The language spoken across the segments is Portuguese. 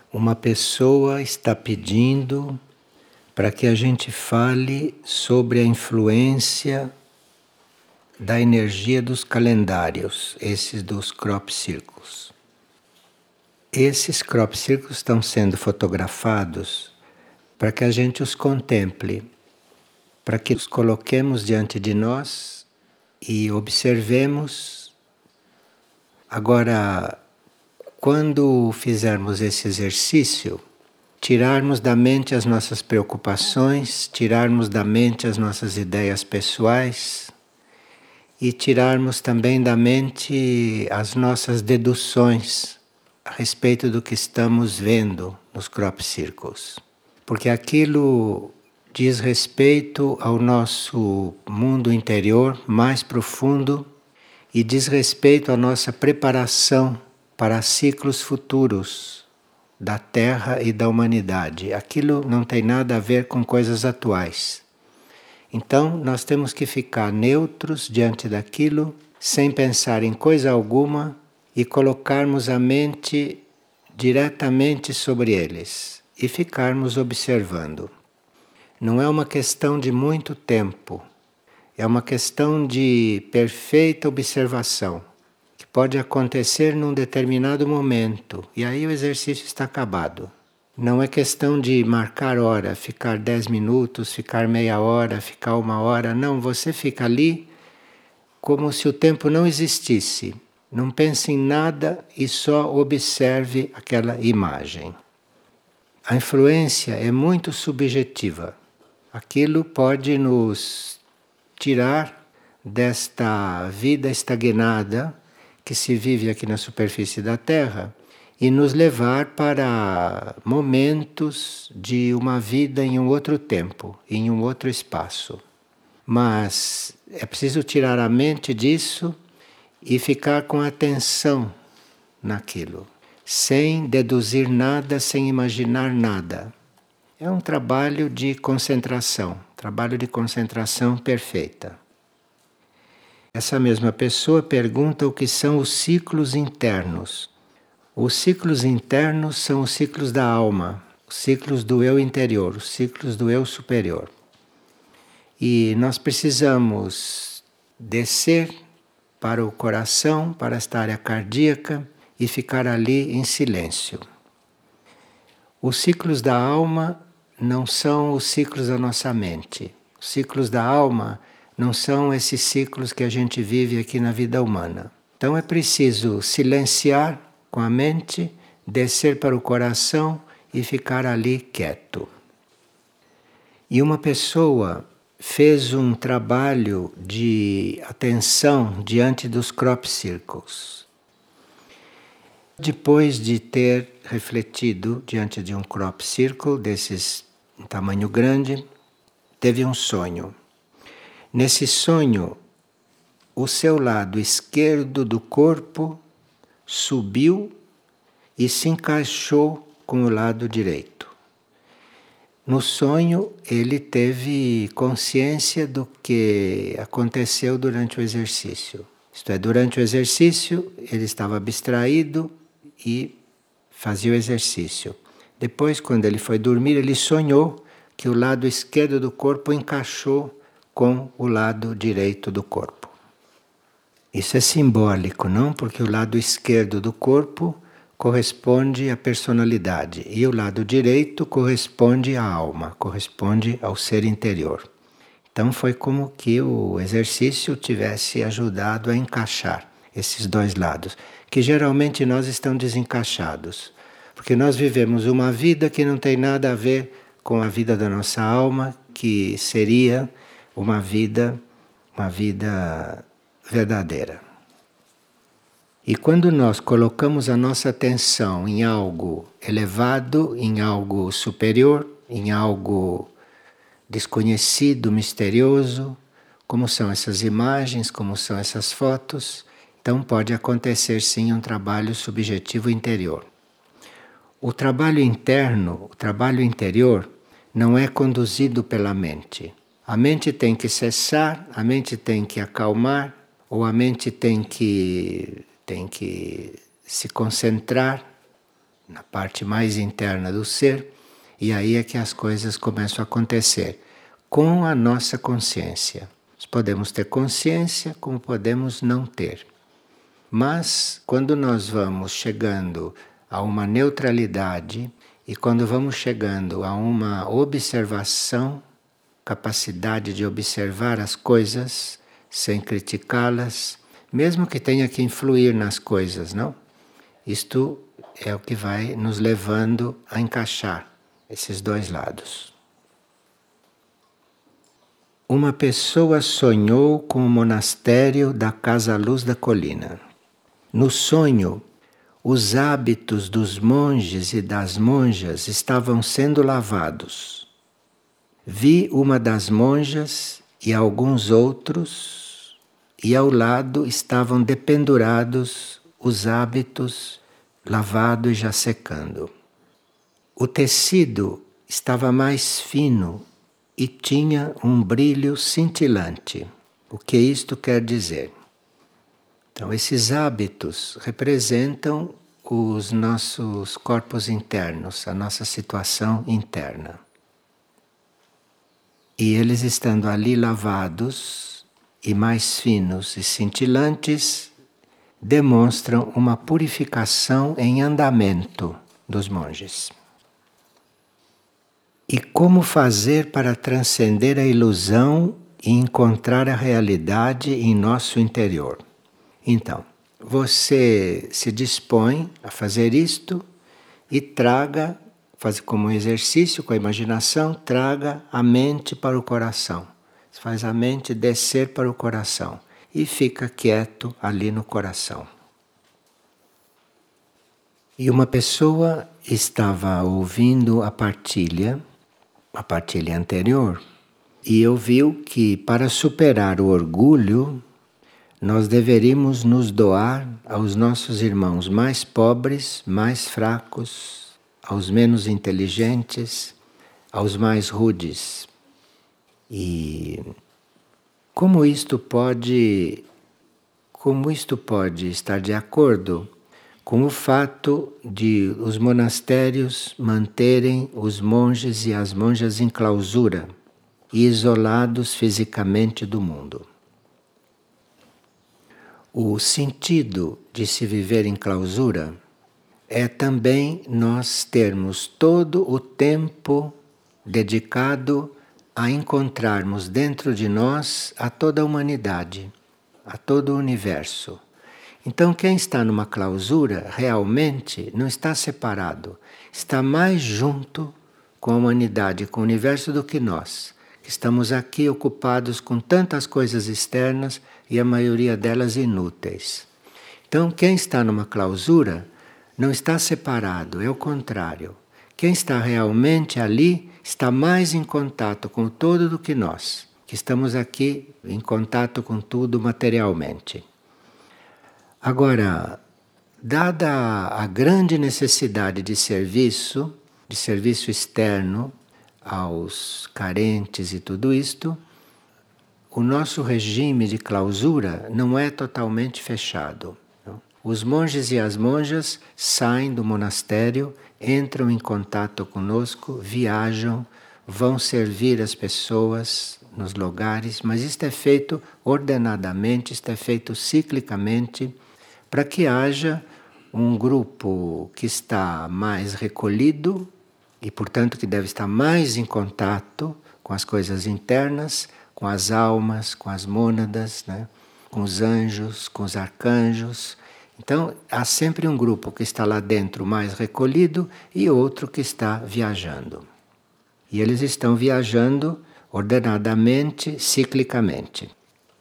Uma pessoa está pedindo para que a gente fale sobre a influência da energia dos calendários, esses dos crop circles. Esses crop circles estão sendo fotografados para que a gente os contemple, para que os coloquemos diante de nós e observemos. Agora, quando fizermos esse exercício, tirarmos da mente as nossas preocupações, tirarmos da mente as nossas ideias pessoais e tirarmos também da mente as nossas deduções a respeito do que estamos vendo nos crop circles. Porque aquilo diz respeito ao nosso mundo interior mais profundo e diz respeito à nossa preparação para ciclos futuros da Terra e da humanidade. Aquilo não tem nada a ver com coisas atuais. Então, nós temos que ficar neutros diante daquilo, sem pensar em coisa alguma e colocarmos a mente diretamente sobre eles e ficarmos observando. Não é uma questão de muito tempo, é uma questão de perfeita observação, que pode acontecer num determinado momento, e aí o exercício está acabado. Não é questão de marcar hora, ficar 10 minutos, ficar meia hora, ficar 1 hora. Não, você fica ali como se o tempo não existisse. Não pense em nada e só observe aquela imagem. A influência é muito subjetiva. Aquilo pode nos tirar desta vida estagnada que se vive aqui na superfície da Terra e nos levar para momentos de uma vida em um outro tempo, em um outro espaço. Mas é preciso tirar a mente disso e ficar com atenção naquilo, sem deduzir nada, sem imaginar nada. É um trabalho de concentração perfeita. Essa mesma pessoa pergunta o que são os ciclos internos. Os ciclos internos são os ciclos da alma, os ciclos do eu interior, os ciclos do eu superior. E nós precisamos descer para o coração, para esta área cardíaca e ficar ali em silêncio. Os ciclos da alma não são os ciclos da nossa mente. Os ciclos da alma não são esses ciclos que a gente vive aqui na vida humana. Então é preciso silenciar com a mente, descer para o coração e ficar ali quieto. E uma pessoa fez um trabalho de atenção diante dos crop circles. Depois de ter refletido diante de um crop circle desses em tamanho grande, teve um sonho. Nesse sonho, o seu lado esquerdo do corpo subiu e se encaixou com o lado direito. No sonho, ele teve consciência do que aconteceu durante o exercício. Isto é, durante o exercício, ele estava abstraído e fazia o exercício. Depois, quando ele foi dormir, ele sonhou que o lado esquerdo do corpo encaixou com o lado direito do corpo. Isso é simbólico, não? Porque o lado esquerdo do corpo corresponde à personalidade e o lado direito corresponde à alma, corresponde ao ser interior. Então foi como que o exercício tivesse ajudado a encaixar esses dois lados, que geralmente nós estão desencaixados, porque nós vivemos uma vida que não tem nada a ver com a vida da nossa alma, que seria uma vida verdadeira. E quando nós colocamos a nossa atenção em algo elevado, em algo superior, em algo desconhecido, misterioso, como são essas imagens, como são essas fotos, então pode acontecer sim um trabalho subjetivo interior. O trabalho interno, o trabalho interior, não é conduzido pela mente. A mente tem que cessar, a mente tem que acalmar, ou a mente tem que se concentrar na parte mais interna do ser, e aí é que as coisas começam a acontecer com a nossa consciência. Nós podemos ter consciência como podemos não ter. Mas quando nós vamos chegando a uma neutralidade e quando vamos chegando a uma observação, capacidade de observar as coisas sem criticá-las, mesmo que tenha que influir nas coisas, não? Isto é o que vai nos levando a encaixar esses dois lados. Uma pessoa sonhou com o monastério da Casa Luz da Colina. No sonho, os hábitos dos monges e das monjas estavam sendo lavados. Vi uma das monjas e alguns outros, e ao lado estavam dependurados os hábitos lavados e já secando. O tecido estava mais fino e tinha um brilho cintilante. O que isto quer dizer? Então, esses hábitos representam os nossos corpos internos, a nossa situação interna. E eles estando ali lavados e mais finos e cintilantes, demonstram uma purificação em andamento dos monges. E como fazer para transcender a ilusão e encontrar a realidade em nosso interior? Então, você se dispõe a fazer isto e traga, faz como um exercício com a imaginação, traga a mente para o coração. Você faz a mente descer para o coração e fica quieto ali no coração. E uma pessoa estava ouvindo a partilha anterior, e ouviu que para superar o orgulho, nós deveríamos nos doar aos nossos irmãos mais pobres, mais fracos, aos menos inteligentes, aos mais rudes. E como isto pode estar de acordo com o fato de os monastérios manterem os monges e as monjas em clausura e isolados fisicamente do mundo? O sentido de se viver em clausura é também nós termos todo o tempo dedicado a encontrarmos dentro de nós a toda a humanidade, a todo o universo. Então, quem está numa clausura realmente não está separado, está mais junto com a humanidade, com o universo do que nós, que estamos aqui ocupados com tantas coisas externas e a maioria delas inúteis. Então, quem está numa clausura não está separado, é o contrário. Quem está realmente ali está mais em contato com o todo do que nós, que estamos aqui em contato com tudo materialmente. Agora, dada a grande necessidade de serviço externo aos carentes e tudo isto, o nosso regime de clausura não é totalmente fechado. Os monges e as monjas saem do monastério, entram em contato conosco, viajam, vão servir as pessoas nos lugares, mas isto é feito ordenadamente, isto é feito ciclicamente, para que haja um grupo que está mais recolhido e, portanto, que deve estar mais em contato com as coisas internas, com as almas, com as mônadas, né? Com os anjos, com os arcanjos. Então, há sempre um grupo que está lá dentro mais recolhido e outro que está viajando. E eles estão viajando ordenadamente, ciclicamente.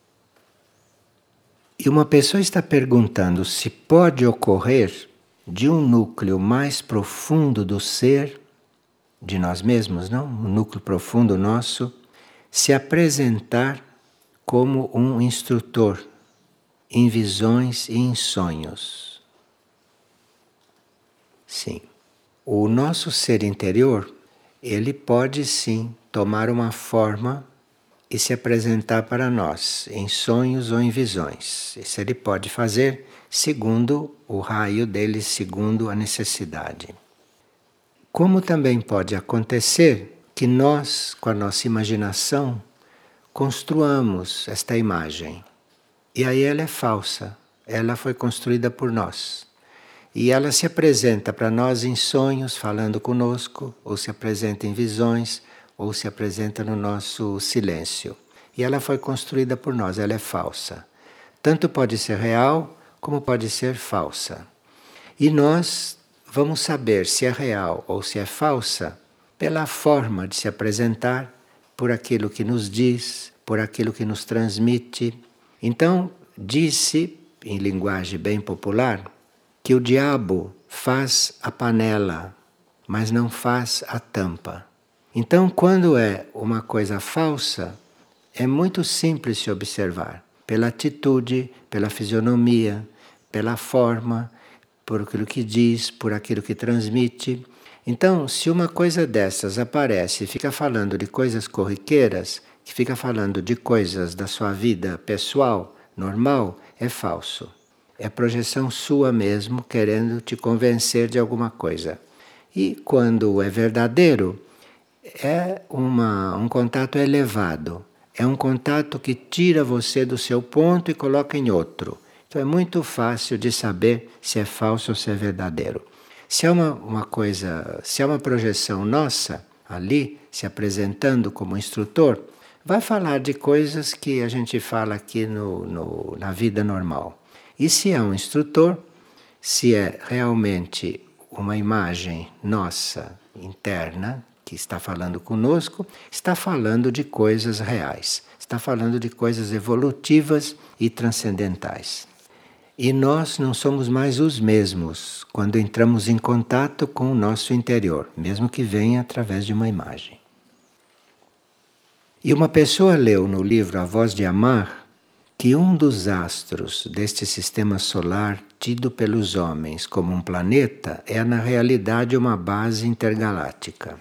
E uma pessoa está perguntando se pode ocorrer de um núcleo mais profundo do ser, de nós mesmos, não? Um núcleo profundo nosso, se apresentar como um instrutor em visões e em sonhos. Sim. O nosso ser interior, ele pode sim tomar uma forma e se apresentar para nós, em sonhos ou em visões. Isso ele pode fazer segundo o raio dele, segundo a necessidade. Como também pode acontecer que nós, com a nossa imaginação, construamos esta imagem. E aí ela é falsa, ela foi construída por nós. E ela se apresenta para nós em sonhos, falando conosco, ou se apresenta em visões, ou se apresenta no nosso silêncio. E ela foi construída por nós, ela é falsa. Tanto pode ser real, como pode ser falsa. E nós vamos saber se é real ou se é falsa pela forma de se apresentar, por aquilo que nos diz, por aquilo que nos transmite. Então, disse, em linguagem bem popular, que o diabo faz a panela, mas não faz a tampa. Então, quando é uma coisa falsa, é muito simples se observar, pela atitude, pela fisionomia, pela forma, por aquilo que diz, por aquilo que transmite. Então, se uma coisa dessas aparece e fica falando de coisas corriqueiras, que fica falando de coisas da sua vida pessoal, normal, é falso. É projeção sua mesmo, querendo te convencer de alguma coisa. E quando é verdadeiro, é um contato elevado. É um contato que tira você do seu ponto e coloca em outro. Então é muito fácil de saber se é falso ou se é verdadeiro. Se é uma coisa, se é uma projeção nossa, ali, se apresentando como instrutor, vai falar de coisas que a gente fala aqui na vida normal. E se é um instrutor, se é realmente uma imagem nossa, interna, que está falando conosco, está falando de coisas reais, está falando de coisas evolutivas e transcendentais. E nós não somos mais os mesmos quando entramos em contato com o nosso interior, mesmo que venha através de uma imagem. E uma pessoa leu no livro A Voz de Amar que um dos astros deste sistema solar, tido pelos homens como um planeta, é na realidade uma base intergaláctica.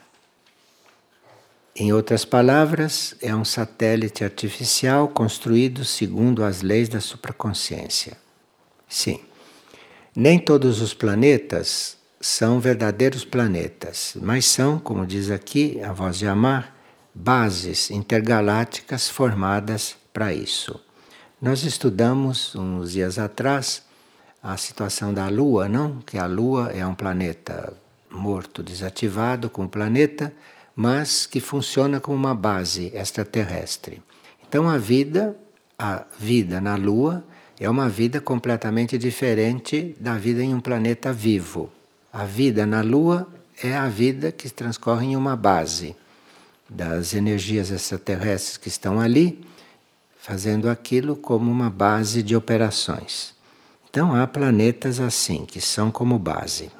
Em outras palavras, é um satélite artificial construído segundo as leis da supraconsciência. Sim, nem todos os planetas são verdadeiros planetas, mas são, como diz aqui a Voz de Amar, bases intergalácticas formadas para isso. Nós estudamos uns dias atrás a situação da Lua, não? Que a Lua é um planeta morto, desativado como planeta, mas que funciona como uma base extraterrestre. Então a vida na Lua é uma vida completamente diferente da vida em um planeta vivo. A vida na Lua é a vida que transcorre em uma base das energias extraterrestres que estão ali, fazendo aquilo como uma base de operações. Então há planetas assim, que são como base.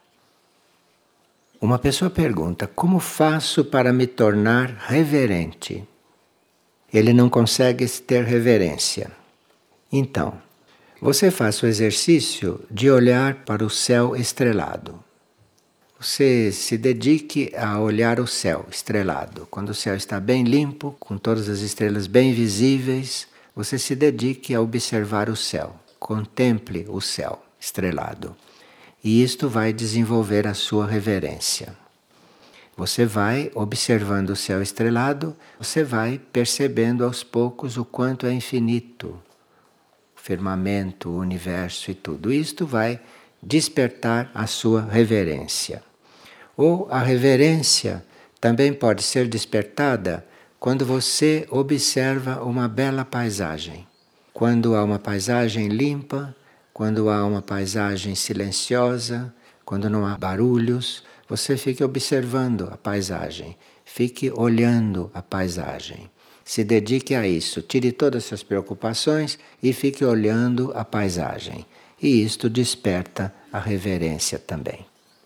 Uma pessoa pergunta: como faço para me tornar reverente? Ele não consegue ter reverência. Então, você faz o exercício de olhar para o céu estrelado. Você se dedique a olhar o céu estrelado. Quando o céu está bem limpo, com todas as estrelas bem visíveis, você se dedique a observar o céu. Contemple o céu estrelado. E isto vai desenvolver a sua reverência. Você vai observando o céu estrelado, você vai percebendo aos poucos o quanto é infinito. O firmamento, o universo e tudo isto vai despertar a sua reverência. Ou a reverência também pode ser despertada quando você observa uma bela paisagem. Quando há uma paisagem limpa, quando há uma paisagem silenciosa, quando não há barulhos, você fique observando a paisagem, fique olhando a paisagem. Se dedique a isso, tire todas as suas preocupações e fique olhando a paisagem. E isto desperta a reverência também.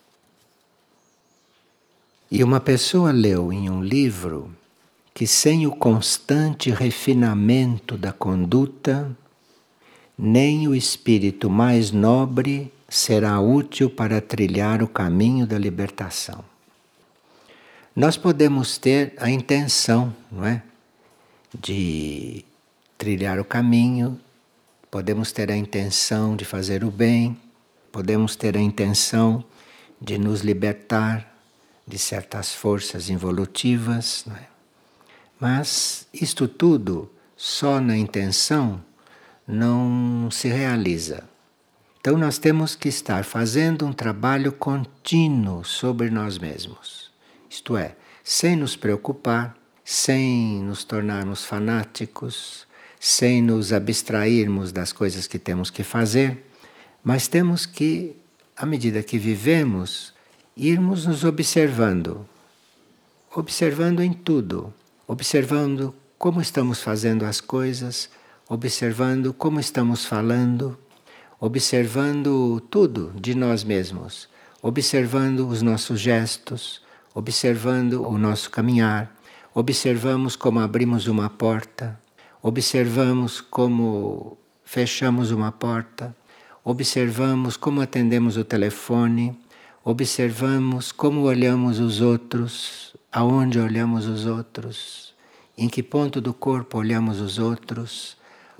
E uma pessoa leu em um livro que sem o constante refinamento da conduta, nem o espírito mais nobre será útil para trilhar o caminho da libertação. Nós podemos ter a intenção, não é? De trilhar o caminho, podemos ter a intenção de fazer o bem, podemos ter a intenção de nos libertar de certas forças involutivas, não é? Mas isto tudo, só na intenção, não se realiza. Então nós temos que estar fazendo um trabalho contínuo sobre nós mesmos. Isto é, sem nos preocupar, sem nos tornarmos fanáticos, sem nos abstrairmos das coisas que temos que fazer, mas temos que, à medida que vivemos, irmos nos observando. Observando em tudo. Observando como estamos fazendo as coisas, observando como estamos falando, observando tudo de nós mesmos, observando os nossos gestos, observando o nosso caminhar, observamos como abrimos uma porta, observamos como fechamos uma porta, observamos como atendemos o telefone, observamos como olhamos os outros, aonde olhamos os outros, em que ponto do corpo olhamos os outros,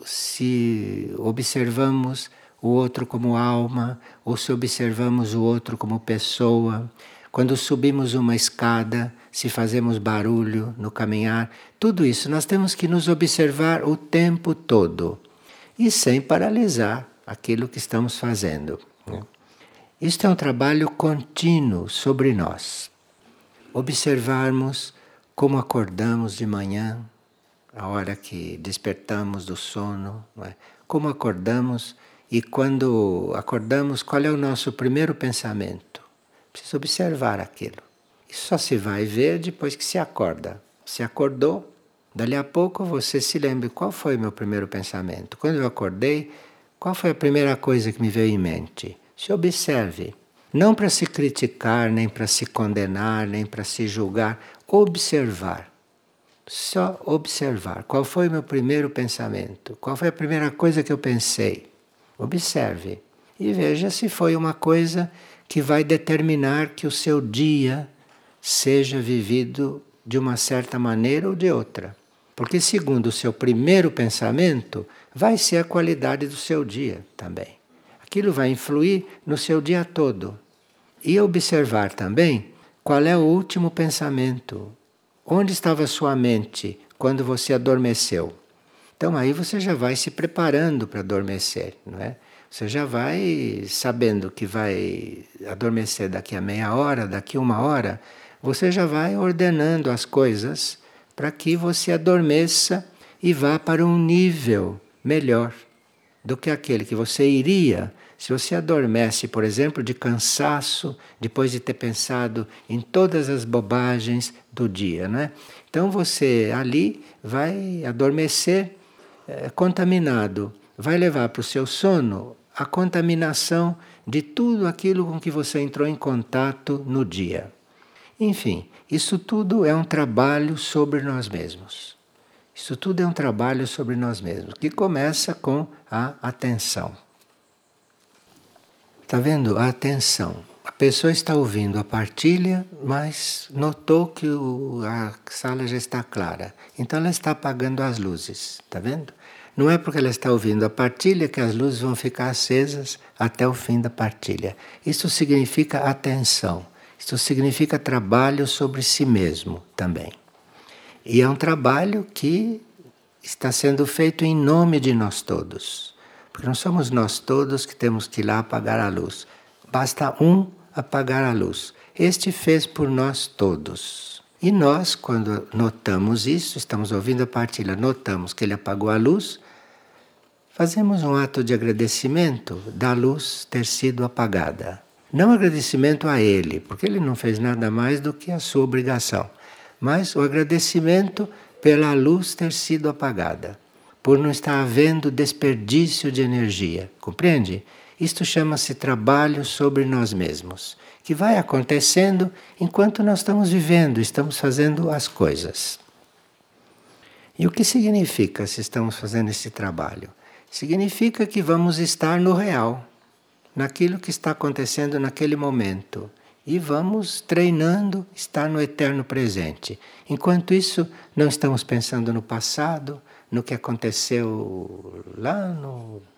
se observamos o outro como alma ou se observamos o outro como pessoa. Quando subimos uma escada, se fazemos barulho no caminhar, tudo isso nós temos que nos observar o tempo todo e sem paralisar aquilo que estamos fazendo. Isto é um trabalho contínuo sobre nós. Observarmos como acordamos de manhã, a hora que despertamos do sono, não é? Como acordamos e quando acordamos, qual é o nosso primeiro pensamento? Precisa observar aquilo. Isso só se vai ver depois que se acorda. Se acordou, dali a pouco você se lembra qual foi o meu primeiro pensamento. Quando eu acordei, qual foi a primeira coisa que me veio em mente? Se observe. Não para se criticar, nem para se condenar, nem para se julgar. Observar. Só observar. Qual foi o meu primeiro pensamento? Qual foi a primeira coisa que eu pensei? Observe. E veja se foi uma coisa que vai determinar que o seu dia seja vivido de uma certa maneira ou de outra. Porque segundo o seu primeiro pensamento, vai ser a qualidade do seu dia também. Aquilo vai influir no seu dia todo. E observar também qual é o último pensamento. Onde estava a sua mente quando você adormeceu? Então aí você já vai se preparando para adormecer, não é? Você já vai sabendo que vai adormecer daqui a meia hora, daqui a uma hora, você já vai ordenando as coisas para que você adormeça e vá para um nível melhor do que aquele que você iria se você adormece, por exemplo, de cansaço, depois de ter pensado em todas as bobagens do dia, não é? Então você ali vai adormecer contaminado, vai levar para o seu sono a contaminação de tudo aquilo com que você entrou em contato no dia. Enfim, isso tudo é um trabalho sobre nós mesmos. Isso tudo é um trabalho sobre nós mesmos, que começa com a atenção. Está vendo? A atenção. A pessoa está ouvindo a partilha, mas notou que a sala já está clara. Então ela está apagando as luzes. Está vendo? Não é porque ela está ouvindo a partilha que as luzes vão ficar acesas até o fim da partilha. Isso significa atenção. Isso significa trabalho sobre si mesmo também. E é um trabalho que está sendo feito em nome de nós todos. Porque não somos nós todos que temos que ir lá apagar a luz. Basta um apagar a luz. Este fez por nós todos. E nós, quando notamos isso, estamos ouvindo a partilha, notamos que ele apagou a luz, fazemos um ato de agradecimento da luz ter sido apagada. Não agradecimento a ele, porque ele não fez nada mais do que a sua obrigação, mas o agradecimento pela luz ter sido apagada, por não estar havendo desperdício de energia. Compreende? Isto chama-se trabalho sobre nós mesmos, que vai acontecendo enquanto nós estamos vivendo, estamos fazendo as coisas. E o que significa se estamos fazendo esse trabalho? Significa que vamos estar no real, naquilo que está acontecendo naquele momento. E vamos treinando estar no eterno presente. Enquanto isso, não estamos pensando no passado, no que aconteceu lá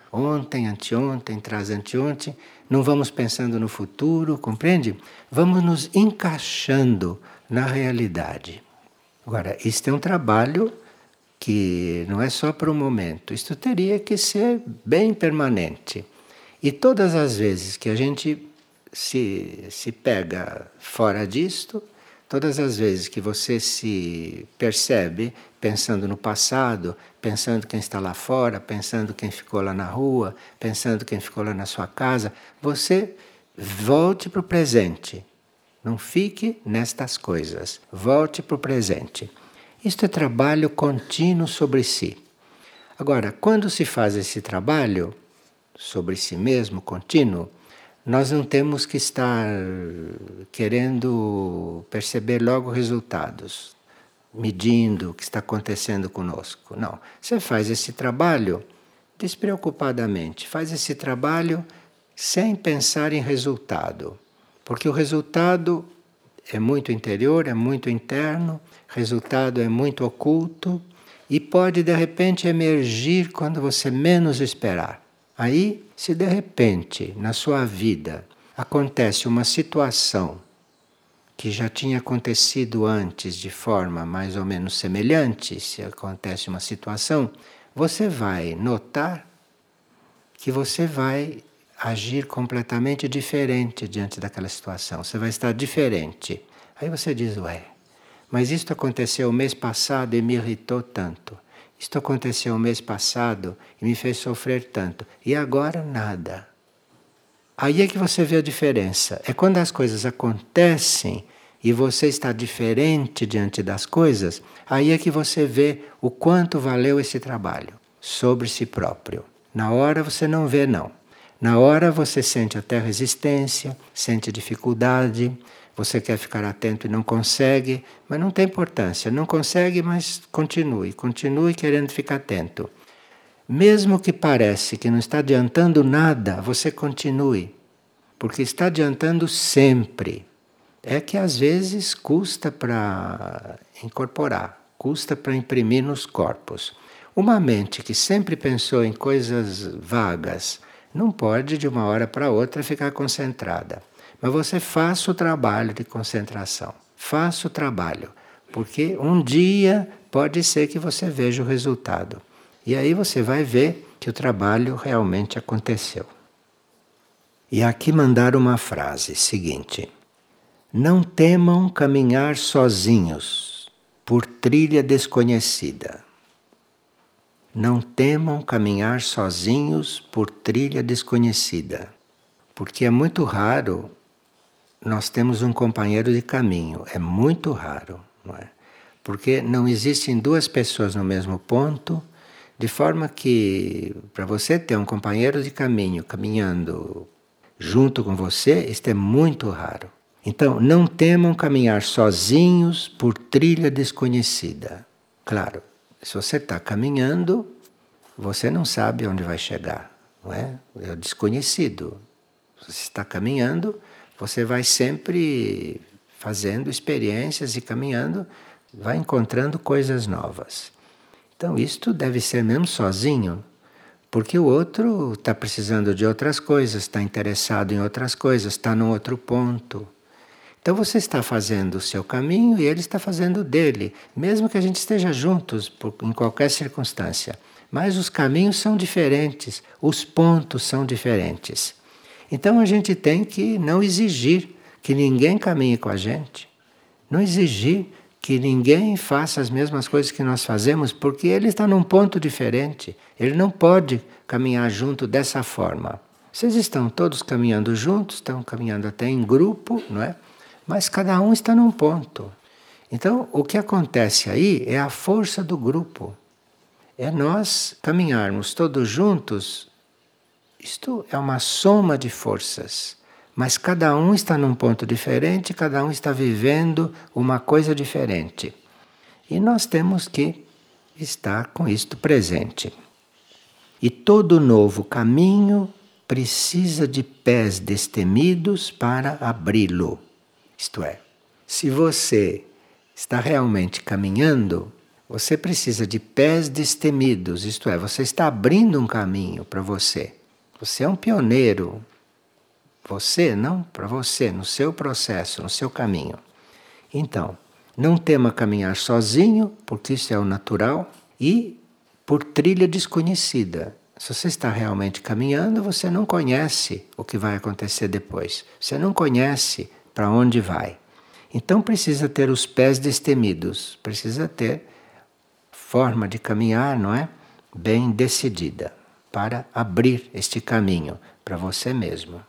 ontem, anteontem, tras anteontem, não vamos pensando no futuro, compreende? Vamos nos encaixando na realidade. Agora, isto é um trabalho que não é só para o momento, isto teria que ser bem permanente. E todas as vezes que a gente se pega fora disto, todas as vezes que você se percebe pensando no passado, pensando quem está lá fora, pensando quem ficou lá na rua, pensando quem ficou lá na sua casa, você volte para o presente. Não fique nestas coisas. Volte para o presente. Isto é trabalho contínuo sobre si. Agora, quando se faz esse trabalho sobre si mesmo, contínuo, nós não temos que estar querendo perceber logo resultados, medindo o que está acontecendo conosco. Não. Você faz esse trabalho despreocupadamente, faz esse trabalho sem pensar em resultado, porque o resultado é muito interior, é muito interno, resultado é muito oculto e pode de repente emergir quando você menos esperar. Aí, se de repente na sua vida acontece uma situação que já tinha acontecido antes de forma mais ou menos semelhante, se acontece uma situação, você vai notar que você vai agir completamente diferente diante daquela situação. Você vai estar diferente. Aí você diz, ué, mas isto aconteceu o mês passado e me irritou tanto. Isto aconteceu o mês passado e me fez sofrer tanto. E agora nada. Aí é que você vê a diferença. É quando as coisas acontecem e você está diferente diante das coisas, aí é que você vê o quanto valeu esse trabalho sobre si próprio. Na hora você não vê, não. Na hora você sente até resistência, sente dificuldade, você quer ficar atento e não consegue, mas não tem importância. Não consegue, mas continue querendo ficar atento. Mesmo que parece que não está adiantando nada, você continue, porque está adiantando sempre. É que às vezes custa para incorporar, custa para imprimir nos corpos. Uma mente que sempre pensou em coisas vagas, não pode de uma hora para outra ficar concentrada. Mas você faça o trabalho de concentração. Faça o trabalho. Porque um dia pode ser que você veja o resultado. E aí você vai ver que o trabalho realmente aconteceu. E aqui mandaram uma frase seguinte: não temam caminhar sozinhos por trilha desconhecida. Não temam caminhar sozinhos por trilha desconhecida. Porque é muito raro nós temos um companheiro de caminho. É muito raro, não é? Porque não existem duas pessoas no mesmo ponto, de forma que para você ter um companheiro de caminho caminhando junto com você, isto é muito raro. Então, não temam caminhar sozinhos por trilha desconhecida. Claro, se você está caminhando, você não sabe onde vai chegar, não é? É o desconhecido. Se você está caminhando, você vai sempre fazendo experiências e caminhando, vai encontrando coisas novas. Então, isto deve ser mesmo sozinho, porque o outro está precisando de outras coisas, está interessado em outras coisas, está num outro ponto. Então você está fazendo o seu caminho e ele está fazendo o dele, mesmo que a gente esteja juntos em qualquer circunstância. Mas os caminhos são diferentes, os pontos são diferentes. Então a gente tem que não exigir que ninguém caminhe com a gente, não exigir que ninguém faça as mesmas coisas que nós fazemos, porque ele está num ponto diferente, ele não pode caminhar junto dessa forma. Vocês estão todos caminhando juntos, estão caminhando até em grupo, não é? Mas cada um está num ponto. Então, o que acontece aí é a força do grupo. É nós caminharmos todos juntos. Isto é uma soma de forças. Mas cada um está num ponto diferente, cada um está vivendo uma coisa diferente. E nós temos que estar com isto presente. E todo novo caminho precisa de pés destemidos para abri-lo. Isto é, se você está realmente caminhando, Você precisa de pés destemidos, isto é, você está abrindo um caminho para você. Você é um pioneiro. Você, não para você, no seu processo, no seu caminho. Então, não tema caminhar sozinho, porque isso é o natural, e por trilha desconhecida. Se você está realmente caminhando, você não conhece o que vai acontecer depois. Você não conhece para onde vai. Então precisa ter os pés destemidos, precisa ter forma de caminhar, não é? Bem decidida, para abrir este caminho para você mesmo.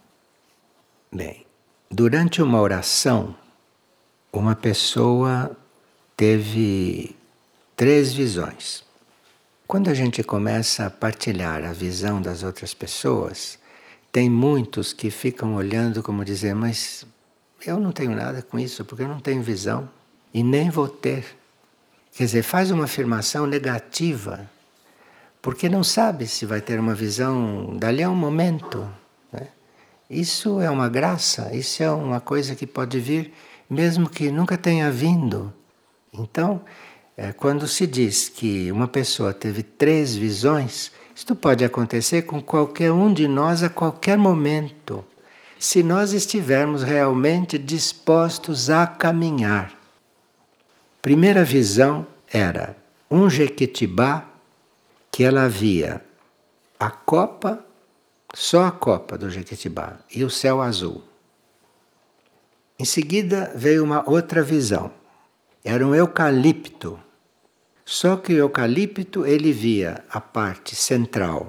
Bem, durante uma oração, uma pessoa teve 3 visões. Quando a gente começa a partilhar a visão das outras pessoas, tem muitos que ficam olhando como dizer, mas eu não tenho nada com isso, porque eu não tenho visão e nem vou ter. Quer dizer, faz uma afirmação negativa, porque não sabe se vai ter uma visão dali a um momento. Né? Isso é uma graça, isso é uma coisa que pode vir, mesmo que nunca tenha vindo. Então, quando se diz que uma pessoa teve 3 visões, isto pode acontecer com qualquer um de nós a qualquer momento, se nós estivermos realmente dispostos a caminhar. Primeira visão era um jequitibá que ela via a copa, só a copa do jequitibá e o céu azul. Em seguida veio uma outra visão. Era um eucalipto. Só que o eucalipto ele via a parte central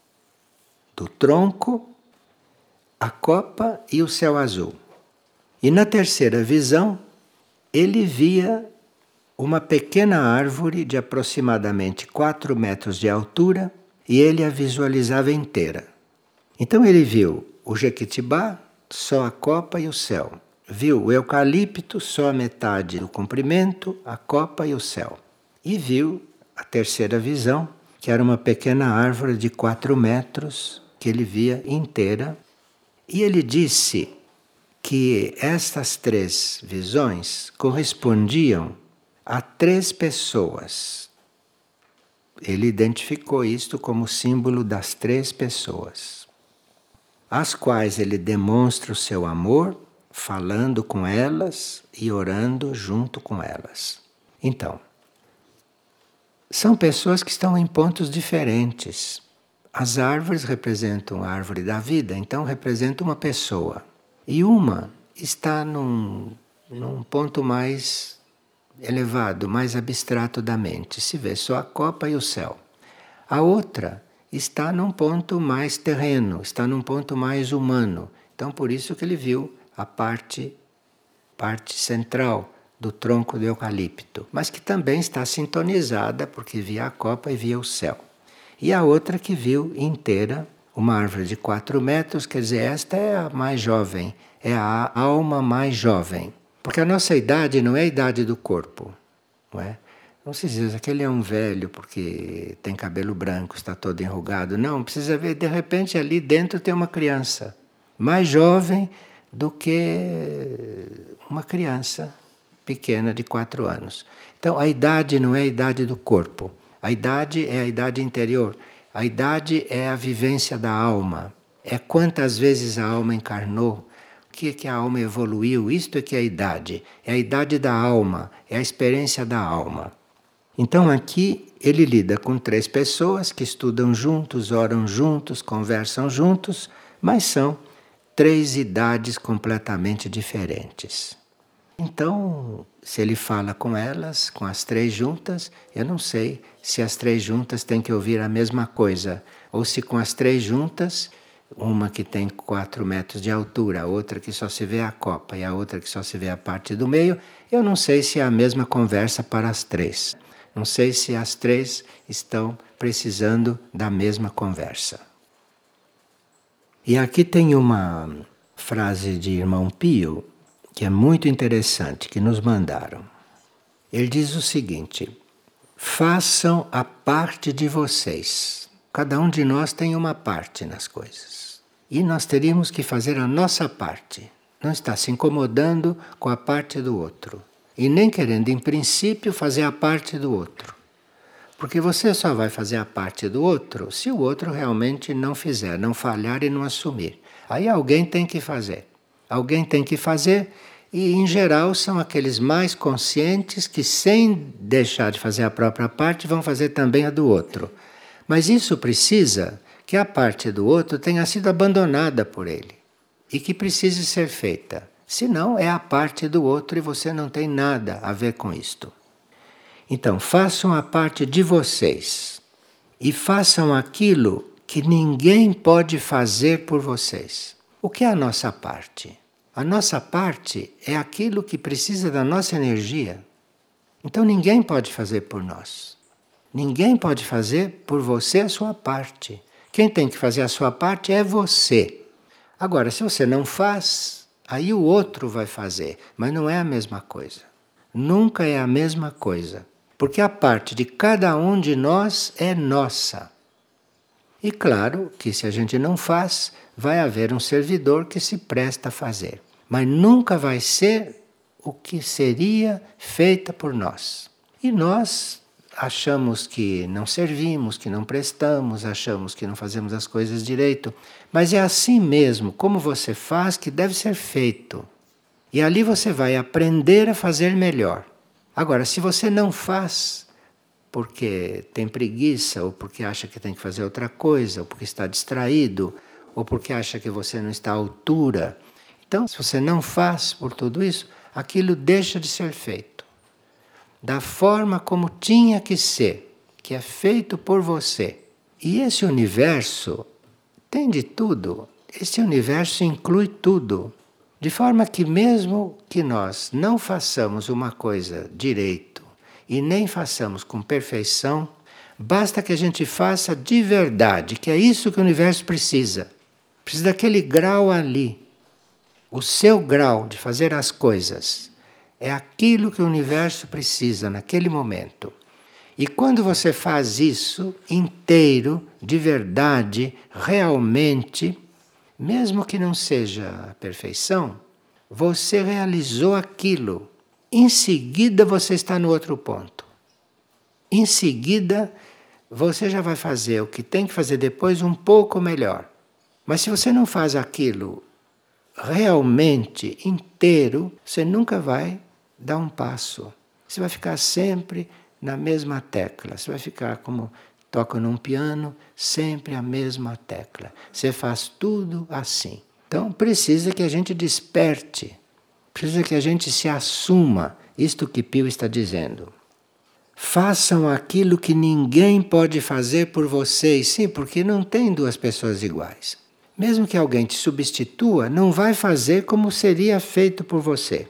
do tronco, a copa e o céu azul. E na terceira visão, ele via uma pequena árvore de aproximadamente 4 metros de altura e ele a visualizava inteira. Então ele viu o jequitibá, só a copa e o céu. Viu o eucalipto, só a metade do comprimento, a copa e o céu. E viu a terceira visão, que era uma pequena árvore de 4 metros, que ele via inteira. E ele disse que estas 3 visões correspondiam a 3 pessoas. Ele identificou isto como símbolo das 3 pessoas, às quais ele demonstra o seu amor, falando com elas e orando junto com elas. Então, são pessoas que estão em pontos diferentes. As árvores representam a árvore da vida, então representa uma pessoa. E uma está num ponto mais elevado, mais abstrato da mente. Se vê só a copa e o céu. A outra está num ponto mais terreno, está num ponto mais humano. Então por isso que ele viu a parte central do tronco do eucalipto, mas que também está sintonizada porque via a copa e via o céu. E a outra que viu inteira uma árvore de 4 metros, quer dizer, esta é a mais jovem, é a alma mais jovem. Porque a nossa idade não é a idade do corpo, não é? Não se diz, aquele é um velho porque tem cabelo branco, está todo enrugado. Não, precisa ver, de repente ali dentro tem uma criança, mais jovem do que uma criança pequena de 4 anos. Então a idade não é a idade do corpo, a idade é a idade interior, a idade é a vivência da alma, é quantas vezes a alma encarnou, o que a alma evoluiu, isto é que é a idade da alma, é a experiência da alma. Então aqui ele lida com 3 pessoas que estudam juntos, oram juntos, conversam juntos, mas são 3 idades completamente diferentes. Então, se ele fala com elas, com as 3 juntas, eu não sei se as 3 juntas têm que ouvir a mesma coisa, ou se com as 3 juntas, uma que tem 4 metros de altura, a outra que só se vê a copa e a outra que só se vê a parte do meio, eu não sei se é a mesma conversa para as 3. Não sei se as 3 estão precisando da mesma conversa. E aqui tem uma frase de Irmão Pio, que é muito interessante, que nos mandaram. Ele diz o seguinte: façam a parte de vocês. Cada um de nós tem uma parte nas coisas. E nós teríamos que fazer a nossa parte. Não estar se incomodando com a parte do outro. e nem querendo, em princípio, fazer a parte do outro. Porque você só vai fazer a parte do outro se o outro realmente não fizer, não falhar e não assumir. Aí alguém tem que fazer. Alguém tem que fazer, e em geral são aqueles mais conscientes que, sem deixar de fazer a própria parte, vão fazer também a do outro. Mas isso precisa que a parte do outro tenha sido abandonada por ele e que precise ser feita. Senão é a parte do outro e você não tem nada a ver com isto. Então, façam a parte de vocês e façam aquilo que ninguém pode fazer por vocês. O que é a nossa parte? A nossa parte é aquilo que precisa da nossa energia. Então ninguém pode fazer por nós. Ninguém pode fazer por você a sua parte. Quem tem que fazer a sua parte é você. Agora, se você não faz, aí o outro vai fazer. Mas não é a mesma coisa. Nunca é a mesma coisa. Porque a parte de cada um de nós é nossa. E claro que se a gente não faz, vai haver um servidor que se presta a fazer. Mas nunca vai ser o que seria feita por nós. E nós achamos que não servimos, que não prestamos, achamos que não fazemos as coisas direito. Mas é assim mesmo, como você faz, que deve ser feito. E ali você vai aprender a fazer melhor. Agora, se você não faz porque tem preguiça, ou porque acha que tem que fazer outra coisa, ou porque está distraído, ou porque acha que você não está à altura, então, se você não faz por tudo isso, aquilo deixa de ser feito. Da forma como tinha que ser, que é feito por você. E esse universo tem de tudo. Esse universo inclui tudo. De forma que mesmo que nós não façamos uma coisa direito e nem façamos com perfeição, basta que a gente faça de verdade, que é isso que o universo precisa. Precisa daquele grau ali. O seu grau de fazer as coisas é aquilo que o universo precisa naquele momento. E quando você faz isso inteiro, de verdade, realmente, mesmo que não seja a perfeição, você realizou aquilo. Em seguida você está no outro ponto. Em seguida você já vai fazer o que tem que fazer depois um pouco melhor. Mas se você não faz aquilo realmente inteiro, você nunca vai dar um passo. Você vai ficar sempre na mesma tecla. Você vai ficar como toca num piano, sempre a mesma tecla. Você faz tudo assim. Então precisa que a gente desperte. Precisa que a gente se assuma. Isto que Pio está dizendo. Façam aquilo que ninguém pode fazer por vocês. Sim, porque não tem duas pessoas iguais. Mesmo que alguém te substitua, não vai fazer como seria feito por você.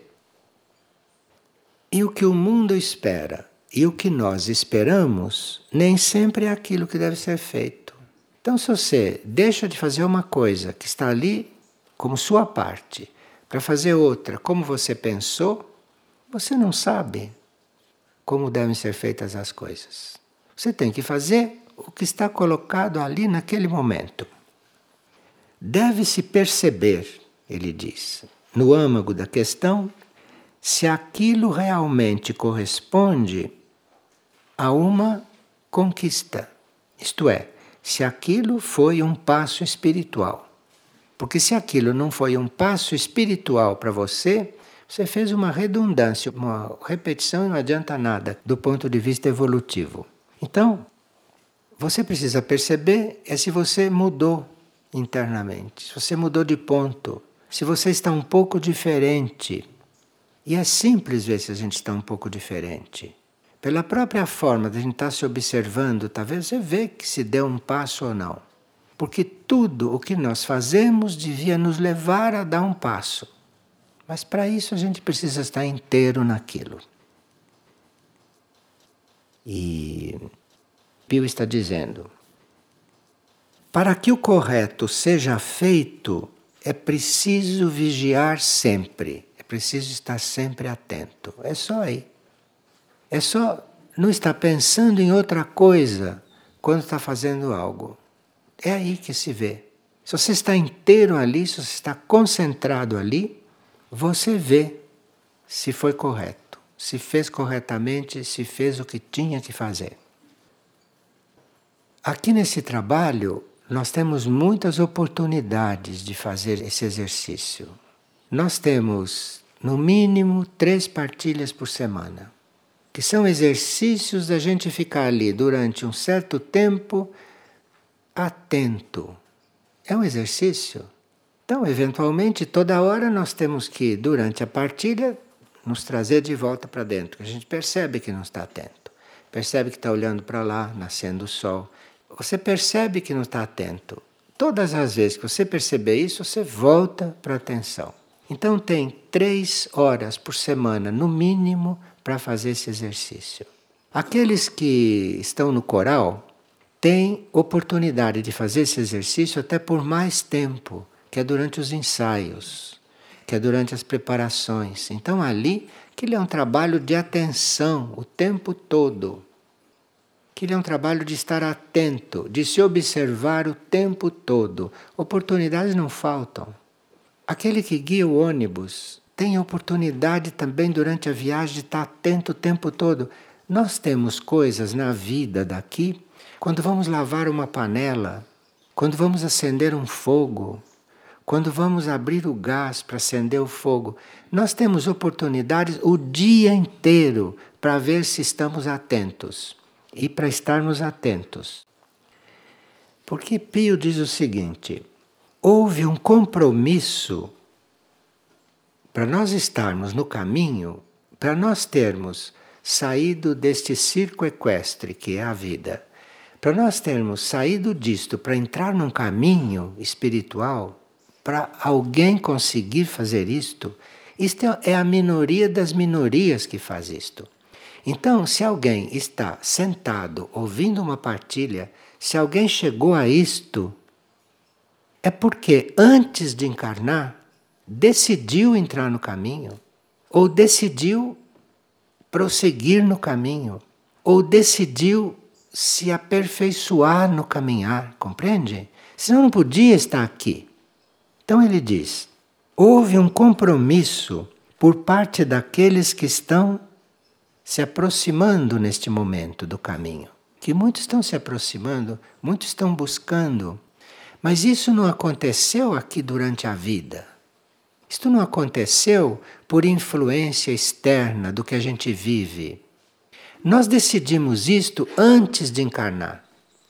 E o que o mundo espera e o que nós esperamos, nem sempre é aquilo que deve ser feito. Então, se você deixa de fazer uma coisa que está ali como sua parte, para fazer outra como você pensou, você não sabe como devem ser feitas as coisas. Você tem que fazer o que está colocado ali naquele momento. Deve-se perceber, ele diz, no âmago da questão, se aquilo realmente corresponde a uma conquista. Isto é, se aquilo foi um passo espiritual. Porque se aquilo não foi um passo espiritual para você, você fez uma redundância, uma repetição e não adianta nada do ponto de vista evolutivo. Então, você precisa perceber se você mudou internamente, se você mudou de ponto, se você está um pouco diferente. E é simples ver se a gente está um pouco diferente. Pela própria forma de a gente estar se observando, talvez você vê que se deu um passo ou não. Porque tudo o que nós fazemos devia nos levar a dar um passo. Mas para isso a gente precisa estar inteiro naquilo. E Pio está dizendo: para que o correto seja feito, é preciso vigiar sempre. É preciso estar sempre atento. É só aí. É só não estar pensando em outra coisa quando está fazendo algo. É aí que se vê. Se você está inteiro ali, se você está concentrado ali, você vê se foi correto. se fez corretamente, se fez o que tinha que fazer. Aqui nesse trabalho, nós temos muitas oportunidades de fazer esse exercício. Nós temos, no mínimo, 3 partilhas por semana, que são exercícios da gente ficar ali durante um certo tempo atento. É um exercício. Então, eventualmente, toda hora nós temos que, durante a partilha, nos trazer de volta para dentro. A gente percebe que não está atento. Percebe que está olhando para lá, nascendo o sol. Você percebe que não está atento. Todas as vezes que você perceber isso, você volta para a atenção. Então tem 3 horas por semana, no mínimo, para fazer esse exercício. Aqueles que estão no coral têm oportunidade de fazer esse exercício até por mais tempo, que é durante os ensaios, que é durante as preparações. Então ali, que ele é um trabalho de atenção o tempo todo. Que ele é um trabalho de estar atento, de se observar o tempo todo. Oportunidades não faltam. Aquele que guia o ônibus tem oportunidade também durante a viagem de estar atento o tempo todo. Nós temos coisas na vida daqui, quando vamos lavar uma panela, quando vamos acender um fogo, quando vamos abrir o gás para acender o fogo, nós temos oportunidades o dia inteiro para ver se estamos atentos. E para estarmos atentos. Porque Pio diz o seguinte: houve um compromisso para nós estarmos no caminho, para nós termos saído deste circo equestre que é a vida, para nós termos saído disto para entrar num caminho espiritual, para alguém conseguir fazer isto é a minoria das minorias que faz isto. Então, se alguém está sentado ouvindo uma partilha, se alguém chegou a isto, é porque antes de encarnar, decidiu entrar no caminho, ou decidiu prosseguir no caminho, ou decidiu se aperfeiçoar no caminhar, compreende? Senão não podia estar aqui. Então ele diz, houve um compromisso por parte daqueles que estão se aproximando neste momento do caminho. Que muitos estão se aproximando, muitos estão buscando. Mas isso não aconteceu aqui durante a vida. Isto não aconteceu por influência externa do que a gente vive. Nós decidimos isto antes de encarnar.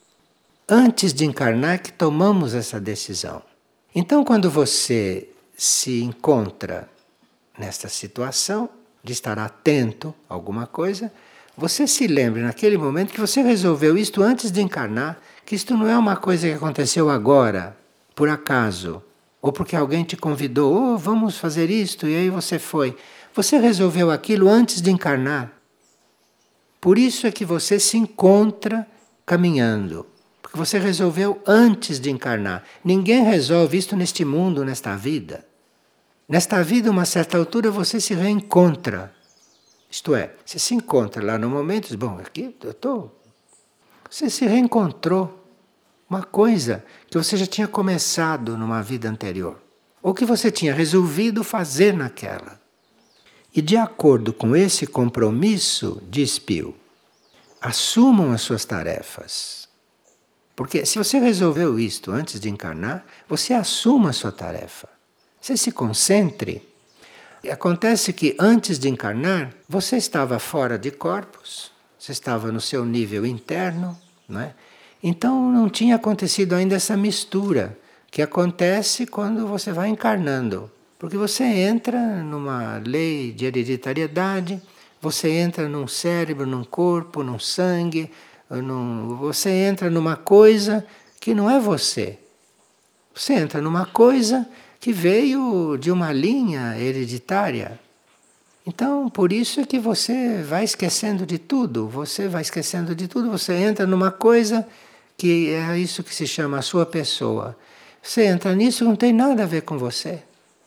Antes de encarnar que tomamos essa decisão. Então, quando você se encontra nesta situação, de estar atento a alguma coisa, você se lembre naquele momento que você resolveu isto antes de encarnar, que isto não é uma coisa que aconteceu agora, por acaso, ou porque alguém te convidou, oh, vamos fazer isto, e aí você foi. Você resolveu aquilo antes de encarnar. Por isso é que você se encontra caminhando, porque você resolveu antes de encarnar. Ninguém resolve isto neste mundo, nesta vida. Nesta vida, a uma certa altura, você se reencontra. Isto é, você se encontra lá no momento e diz, bom, aqui eu estou. Você se reencontrou. Uma coisa que você já tinha começado numa vida anterior. Ou que você tinha resolvido fazer naquela. E de acordo com esse compromisso, diz Pio, assumam as suas tarefas. Porque se você resolveu isto antes de encarnar, você assuma a sua tarefa. Você se concentre. E acontece que antes de encarnar, você estava fora de corpos, você estava no seu nível interno, não é? Então não tinha acontecido ainda essa mistura que acontece quando você vai encarnando. Porque você entra numa lei de hereditariedade, você entra num cérebro, num corpo, num sangue, você entra numa coisa que não é você. Você entra numa coisa que veio de uma linha hereditária. Então, por isso é que você vai esquecendo de tudo, você entra numa coisa que é isso que se chama a sua pessoa. Você entra nisso, não tem nada a ver com você.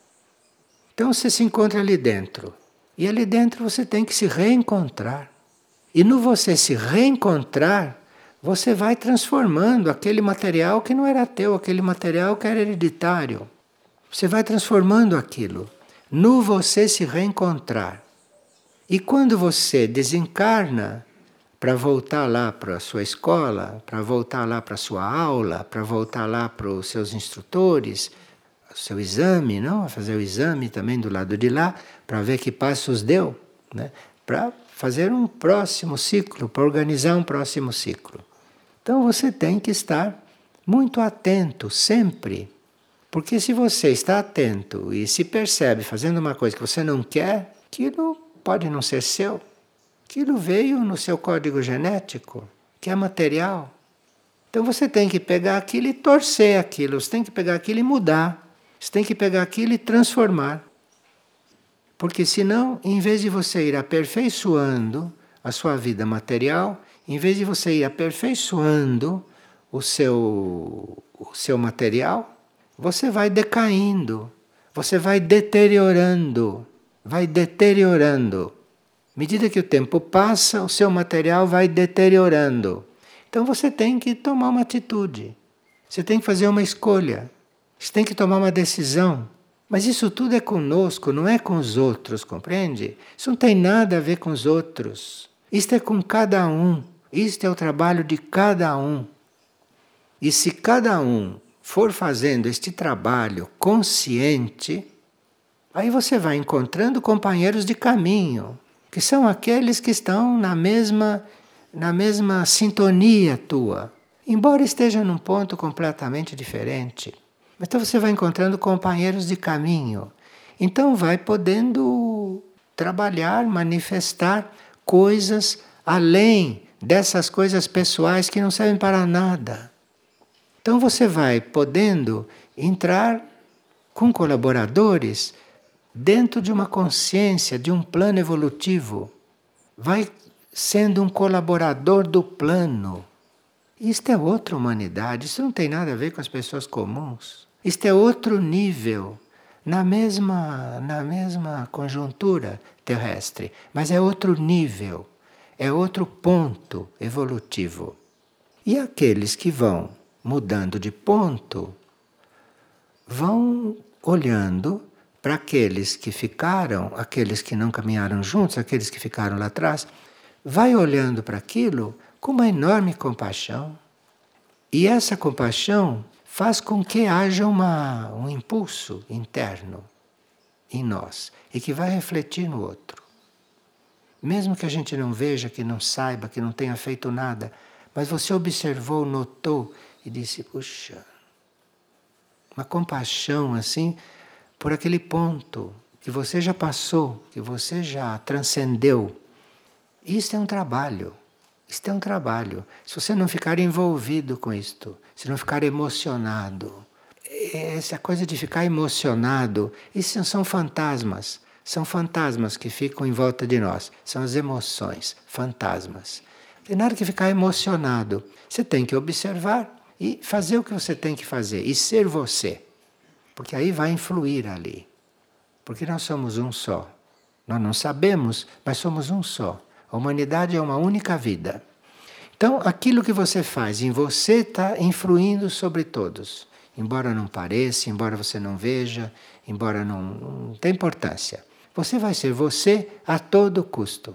Então você se encontra ali dentro. E ali dentro você tem que se reencontrar. E no você se reencontrar, você vai transformando aquele material que não era teu, aquele material que era hereditário. Você vai transformando aquilo. No você se reencontrar. E quando você desencarna para voltar lá para a sua escola, para voltar lá para a sua aula, para voltar lá para os seus instrutores, o seu exame, não? Fazer o exame também do lado de lá, para ver que passos deu, né? Para fazer um próximo ciclo, para organizar um próximo ciclo. Então você tem que estar muito atento sempre. Porque se você está atento e se percebe fazendo uma coisa que você não quer, aquilo pode não ser seu. Aquilo veio no seu código genético, que é material. Então você tem que pegar aquilo e torcer aquilo, você tem que pegar aquilo e mudar, você tem que pegar aquilo e transformar. Porque senão, em vez de você ir aperfeiçoando a sua vida material, em vez de você ir aperfeiçoando o seu material, você vai decaindo, você vai deteriorando, vai deteriorando. À medida que o tempo passa, o seu material vai deteriorando. Então você tem que tomar uma atitude, você tem que fazer uma escolha, você tem que tomar uma decisão. Mas isso tudo é conosco, não é com os outros, compreende? Isso não tem nada a ver com os outros. Isto é com cada um, isto é o trabalho de cada um. E se cada um for fazendo este trabalho consciente, aí você vai encontrando companheiros de caminho, que são aqueles que estão na mesma sintonia tua, embora esteja num ponto completamente diferente. Então você vai encontrando companheiros de caminho. Então vai podendo trabalhar, manifestar coisas além dessas coisas pessoais que não servem para nada. Então você vai podendo entrar com colaboradores dentro de uma consciência, de um plano evolutivo. Vai sendo um colaborador do plano. Isto é outra humanidade, isso não tem nada a ver com as pessoas comuns. Isto é outro nível, na mesma conjuntura terrestre, mas é outro nível, é outro ponto evolutivo. E aqueles que vão mudando de ponto, vão olhando para aqueles que ficaram, aqueles que não caminharam juntos, aqueles que ficaram lá atrás, vai olhando para aquilo com uma enorme compaixão. E essa compaixão faz com que haja um impulso interno em nós e que vai refletir no outro. Mesmo que a gente não veja, que não saiba, que não tenha feito nada, mas você observou, notou e disse, puxa, uma compaixão assim por aquele ponto que você já passou, que você já transcendeu. Isto é um trabalho. Isto é um trabalho. Se você não ficar envolvido com isto, se não ficar emocionado, essa coisa de ficar emocionado, isso são fantasmas. São fantasmas que ficam em volta de nós. São as emoções, fantasmas. Tem nada que ficar emocionado. Você tem que observar e fazer o que você tem que fazer. E ser você. Porque aí vai influir ali. Porque nós somos um só. Nós não sabemos, mas somos um só. A humanidade é uma única vida. Então, aquilo que você faz em você está influindo sobre todos. Embora não pareça, embora você não veja, embora não tenha importância. Você vai ser você a todo custo.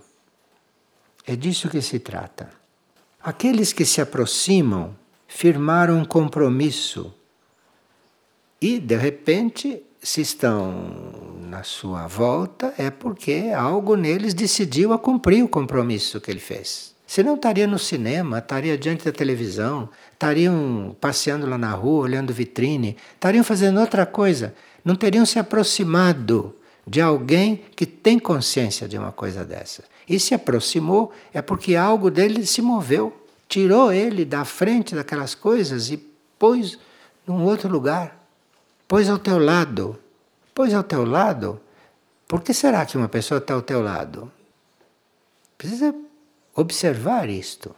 É disso que se trata. Aqueles que se aproximam firmaram um compromisso. E, de repente, se estão na sua volta, é porque algo neles decidiu a cumprir o compromisso que ele fez. Senão estaria no cinema, estaria diante da televisão, estariam passeando lá na rua, olhando vitrine, estariam fazendo outra coisa. Não teriam se aproximado de alguém que tem consciência de uma coisa dessa. E se aproximou é porque algo dele se moveu, tirou ele da frente daquelas coisas e pôs num outro lugar. Pôs ao teu lado. Pôs ao teu lado? Por que será que uma pessoa está ao teu lado? Precisa observar isto.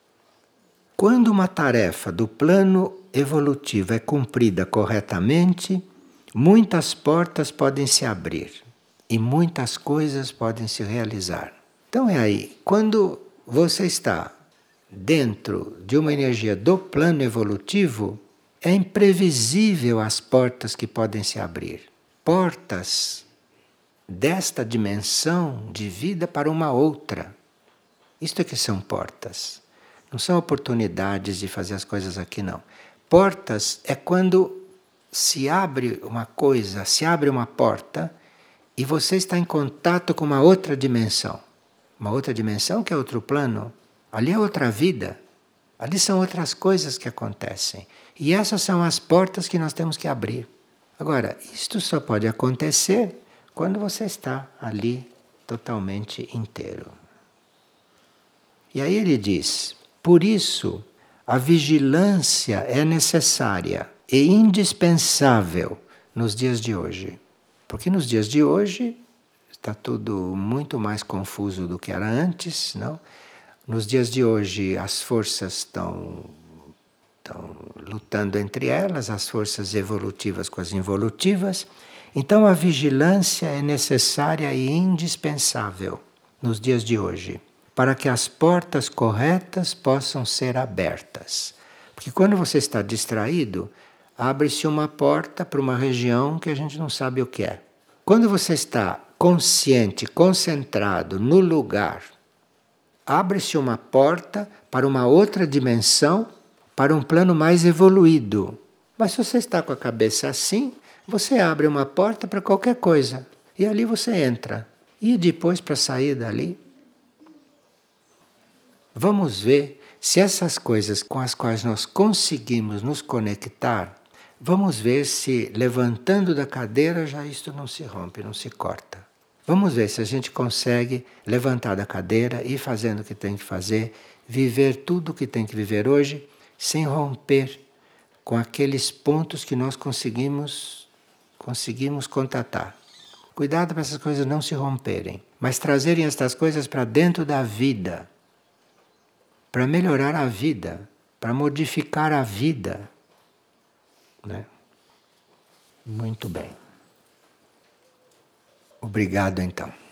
Quando uma tarefa do plano evolutivo é cumprida corretamente, muitas portas podem se abrir e muitas coisas podem se realizar. Então é aí, quando você está dentro de uma energia do plano evolutivo, é imprevisível as portas que podem se abrir. Portas desta dimensão de vida para uma outra. Isto é que são portas. Não são oportunidades de fazer as coisas aqui, não. Portas é quando se abre uma coisa, se abre uma porta e você está em contato com uma outra dimensão. Uma outra dimensão que é outro plano. Ali é outra vida. Ali são outras coisas que acontecem. E essas são as portas que nós temos que abrir. Agora, isto só pode acontecer quando você está ali totalmente inteiro. E aí ele diz: por isso, a vigilância é necessária e indispensável nos dias de hoje. Porque nos dias de hoje está tudo muito mais confuso do que era antes, não? Nos dias de hoje as forças estão lutando entre elas, as forças evolutivas com as involutivas. Então a vigilância é necessária e indispensável nos dias de hoje, para que as portas corretas possam ser abertas. Porque quando você está distraído, abre-se uma porta para uma região que a gente não sabe o que é. Quando você está consciente, concentrado no lugar, abre-se uma porta para uma outra dimensão, para um plano mais evoluído. Mas se você está com a cabeça assim, você abre uma porta para qualquer coisa. E ali você entra. E depois, para sair dali, vamos ver se essas coisas com as quais nós conseguimos nos conectar, vamos ver se levantando da cadeira já isto não se rompe, não se corta. Vamos ver se a gente consegue levantar da cadeira, ir fazendo o que tem que fazer, viver tudo o que tem que viver hoje, sem romper com aqueles pontos que nós conseguimos contatar. Cuidado para essas coisas não se romperem, mas trazerem estas coisas para dentro da vida, para melhorar a vida, para modificar a vida. Né? Muito bem. Obrigado, então.